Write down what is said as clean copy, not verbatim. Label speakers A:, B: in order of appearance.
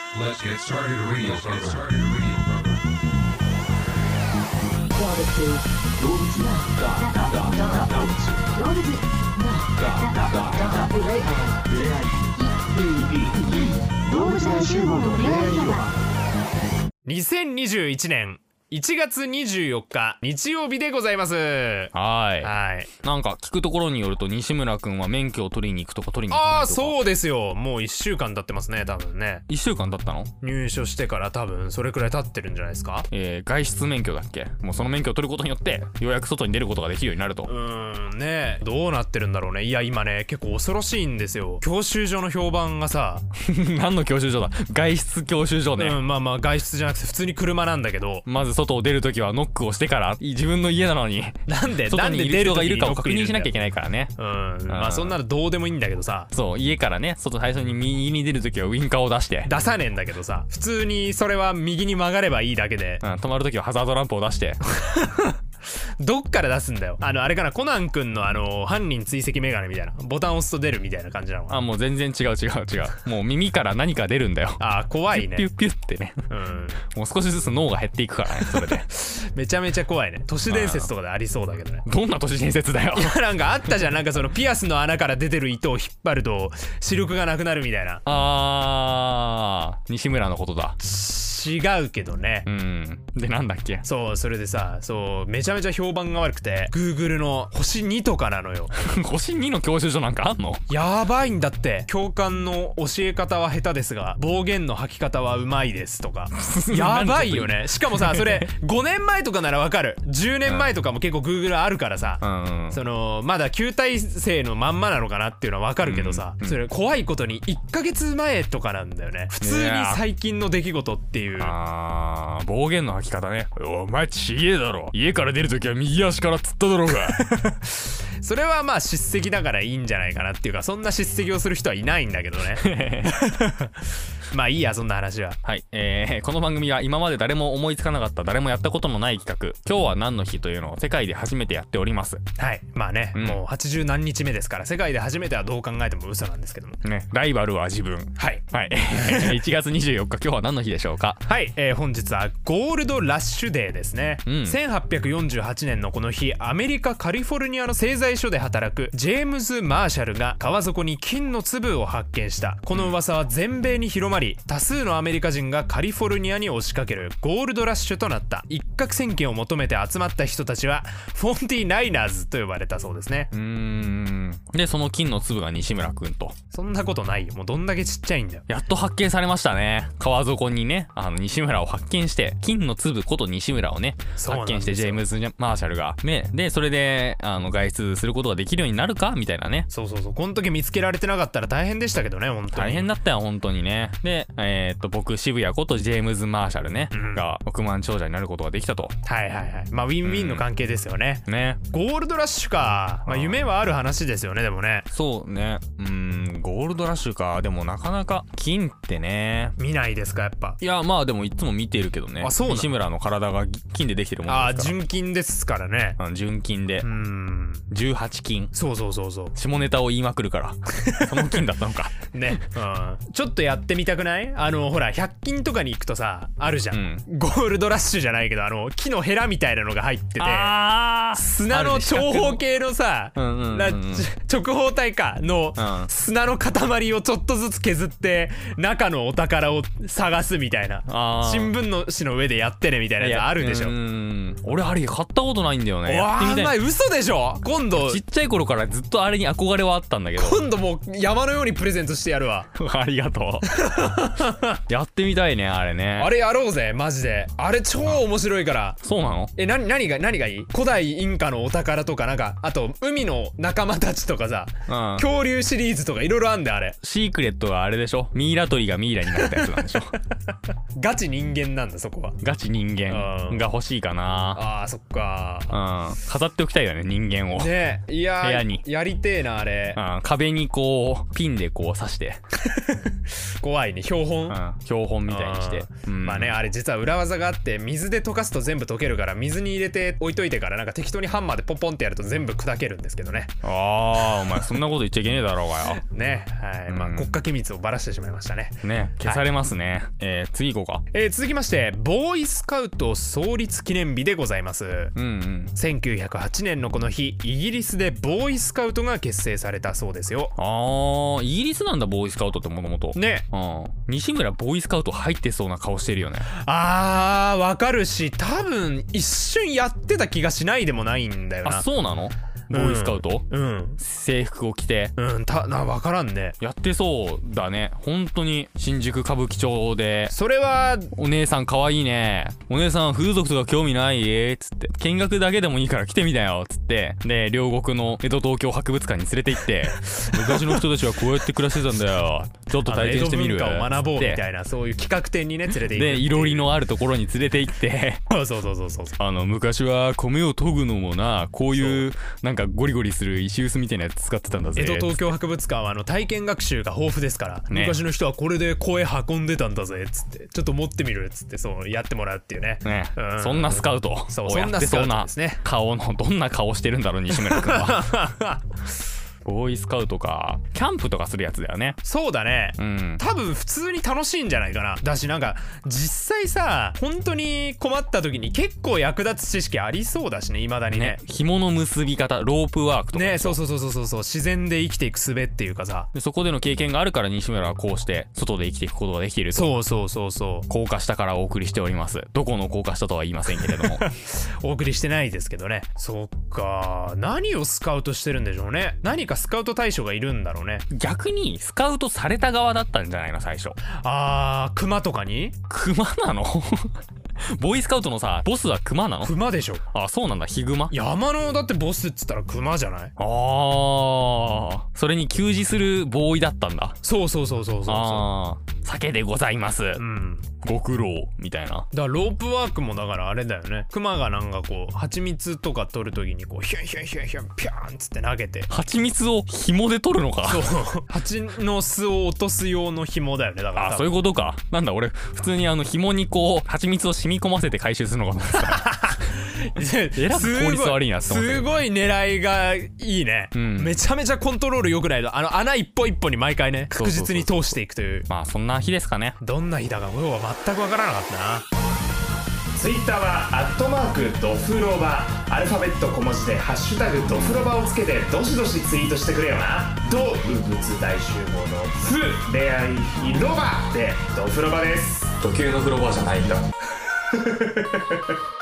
A: Let's get started radio program.
B: 2021年1月24日日曜日でございます。
C: はい。
B: はい。
C: なんか聞くところによると西村くんは免許を取りに行くとか取りに行かないとか。
B: そうですよ。もう1週間経ってますね、多分ね。
C: 1週間経ったの？
B: 入所してから多分それくらい経ってるんじゃないですか。
C: 外出免許だっけ？もうその免許を取ることによってようやく外に出ることができるようになると。
B: ね、どうなってるんだろうね。いや今ね結構恐ろしいんですよ。教習所の評判がさ
C: 何の教習所だ？外出教習所ね。
B: まあ外出じゃなくて普通に車なんだけど、
C: まず外を出るときはノックをしてから自分の家なのに
B: なんで
C: 外にいる人がいるかを確認しなきゃい
B: け
C: けないからね。
B: まあそんなのどうでもいいんだけどさ。
C: そう家からね外最初に右に出るときはウインカーを出して
B: 出さねえんだけどさ、普通にそれは右に曲がればいいだけで、
C: 止まるときはハザードランプを出して
B: どっから出すんだよ。あれかな、コナン君の犯人追跡メガネみたいな、ボタン押すと出るみたいな感じなの。
C: もう全然違う。もう耳から何か出るんだよ。
B: 怖いね。
C: ピュッピュッってね。もう少しずつ脳が減っていくからね、それで。
B: めちゃめちゃ怖いね。都市伝説とかでありそうだけどね。
C: どんな都市伝説だよ。
B: なんかあったじゃん。なんかそのピアスの穴から出てる糸を引っ張ると視力がなくなるみたいな。
C: 西村のことだ。
B: 違うけどね。
C: でなんだっけ。
B: そう、それでさ、めちゃめちゃ評判が悪くて Google の星2とかなのよ。
C: 星2の教習所なんかあんの？
B: やばいんだって。教官の教え方は下手ですが暴言の吐き方はうまいですとか。やばいよね。しかもさ、それ5年前とかならわかる。10年前とかも結構 Google あるからさ、まだ旧体制のまんまなのかなっていうのはわかるけどさ、それ怖いことに1ヶ月前とかなんだよね。普通に最近の出来事っていう。
C: 暴言の吐き方ね。お前ちげえだろ、家から出るときは右足からつっただろうが。
B: それはまあ叱責だからいいんじゃないかなっていうか、そんな叱責をする人はいないんだけどね。まあいいや、そんな話は。
C: はい、この番組は今まで誰も思いつかなかった、誰もやったことのない企画、今日は何の日というのを世界で初めてやっております。
B: はい、まあね、もう80何日目ですから、世界で初めてはどう考えても嘘なんですけども
C: ね。ライバルは自分。はい、1月24日今日は何の日でしょうか？
B: はい、本日はゴールドラッシュデーですね。1848年のこの日、アメリカカリフォルニアの製材所で働くジェームズ・マーシャルが川底に金の粒を発見した。この噂は全米に広まり、多数のアメリカ人がカリフォルニアに押しかけるゴールドラッシュとなった。一攫千金を求めて集まった人たちはフォンティナイナーズと呼ばれたそうですね。
C: でその金の粒が西村くんと。
B: そんなことないよ。もうどんだけちっちゃいんだよ。
C: やっと発見されましたね。川底にね、西村を発見して、金の粒こと西村をね発見して、ジェームズ・マーシャルがね、でそれで外出することができるようになるかみたいなね。
B: そうこの時見つけられてなかったら大変でしたけどね。本当に
C: 大変だったよ本当にね。で僕渋谷ことジェームズ・マーシャルね、が億万長者になることができたと。
B: まあウィンウィンの関係ですよね。ゴールドラッシュか。まあ夢はある話ですよね。でもね。
C: そうね。ゴールドラッシュか。でもなかなか金ってね
B: 見ないですかやっぱ。
C: いやまあでもいつも見てるけどね。西村の体が金でできてるものですから。
B: 純金ですからね。
C: 純金で18金。
B: そう
C: 下ネタを言いまくるからその金だったのか
B: ね。ちょっとやってみたくない？ほら100均とかに行くとさあるじゃん、ゴールドラッシュじゃないけど木のヘラみたいなのが入ってて、砂の長方形のさ、直方体かの砂の塊をちょっとずつ削って中のお宝を探すみたいな、新聞の紙の上でやってねみたいなやつあるでしょ。
C: 俺あれ買ったことないんだよね。やってみたい。
B: お前嘘でしょ。今度
C: ちっちゃい頃からずっとあれに憧れはあったんだけど、
B: 今度もう山のようにプレゼントしてやるわ。
C: ありがとう。やってみたいねあれね。
B: あれやろうぜマジで。あれ超面白いから。
C: そうなの？
B: 何がいい？古代インカのお宝とか、なんかあと海の仲間たちとかさ、恐竜シリーズとかいろいろあんだよあれ。
C: シークレットはあれでしょ。ミイラ取りがミイラになったやつなんでしょ。
B: ガチ人間なんだそこは。
C: ガチ人間が欲しいかな。
B: そっか。
C: 飾っておきたいよね人間を
B: ね。いや
C: 部屋に
B: やりてえなあれ。
C: 壁にこうピンでこう刺して
B: 怖いに標本、
C: 標本みたいにして、
B: まあね、あれ実は裏技があって、水で溶かすと全部溶けるから、水に入れて置いといてからなんか適当にハンマーでポンポンってやると全部砕けるんですけどね。
C: お前そんなこと言っちゃいけねえだろうがよ。
B: ね、はい、まあ国家機密をばらしてしまいましたね。
C: ね、消されますね。次行こうか。
B: 続きまして、ボーイスカウト創立記念日でございます。1908年のこの日、イギリスでボーイスカウトが結成されたそうですよ。
C: イギリスなんだ、ボーイスカウトってもともと
B: ね。
C: 西村ボーイスカウト入ってそうな顔してるよね。
B: わかるし、多分一瞬やってた気がしないでもないんだよな。
C: あ、そうなの？ボーイスカウト？
B: うん
C: 制服を着て
B: 分からんね。
C: やってそうだね。本当に新宿歌舞伎町で、
B: それは
C: お姉さん可愛いね、お姉さん風俗とか興味ないつって、見学だけでもいいから来てみたよつって、で両国の江戸東京博物館に連れて行って昔の人たちはこうやって暮らしてたんだよ、ちょっと体験してみる
B: 江戸文化を学ぼうみたいな、そういう企画展にね連れて行く
C: で、いろりのあるところに連れて行って
B: そう
C: 昔は米を研ぐのもな、こういうなんかゴリゴリする石臼みたいなやつ使ってたんだぜ。
B: 江戸東京博物館は体験学習が豊富ですから、ね、昔の人はこれで声運んでたんだぜっつって、ちょっと持ってみるっつって、そうやってもらうっていうね。
C: そんなスカウトをやってそうな顔の、どんな顔してるんだろう西村君は。ボーイスカウトか、キャンプとかするやつだよね。
B: そうだね、多分普通に楽しいんじゃないかな。だしなんか実際さ、本当に困った時に結構役立つ知識ありそうだしね、未だにね。
C: 紐の結び方、ロープワークとか
B: ね。そう自然で生きていく術っていうかさ、
C: でそこでの経験があるから西村はこうして外で生きていくことができていると。
B: そう
C: 高架下からお送りしております。どこの高架下とは言いませんけれども
B: お送りしてないですけどね。そっか、何をスカウトしてるんでしょうね。何かスカウト対象がいるんだろうね。
C: 逆にスカウトされた側だったんじゃないの最初。
B: 熊とかに？
C: 熊なの？ボーイスカウトのさ、ボスは熊なの？
B: 熊でしょ。
C: そうなんだ。ヒグマ？
B: 山のだってボスっつったら熊じゃない？
C: それに給仕するボーイだったんだ。
B: そう
C: 酒でございます、ご苦労みたいな。だ
B: からロープワークもだからあれだよね。熊がなんかこう蜂蜜とか取るときにこうヒュンヒュンヒュンヒュンピャーンつって投げて、
C: 蜂蜜を紐で取るのか。
B: そう蜂の巣を落とす用の紐だよね。だから
C: そういうことか。なんだ俺普通に紐にこう蜂蜜を染み込ませて回収するのかと思ってた。えらく効率悪いなって思って。
B: すごい狙いがいいね、めちゃめちゃコントロール良くないと、穴一歩一歩に毎回ね確実に通していくという。
C: まあそんな日ですかね。
B: どんな日だか要は全く分からなかったな。ツイッターはドフロバ、アルファベット小文字でハッシュタグドフロバをつけてどしどしツイートしてくれよな。動物大集合のフ恋愛広場でドフロバです。
C: 時計の風呂場じゃないんだ。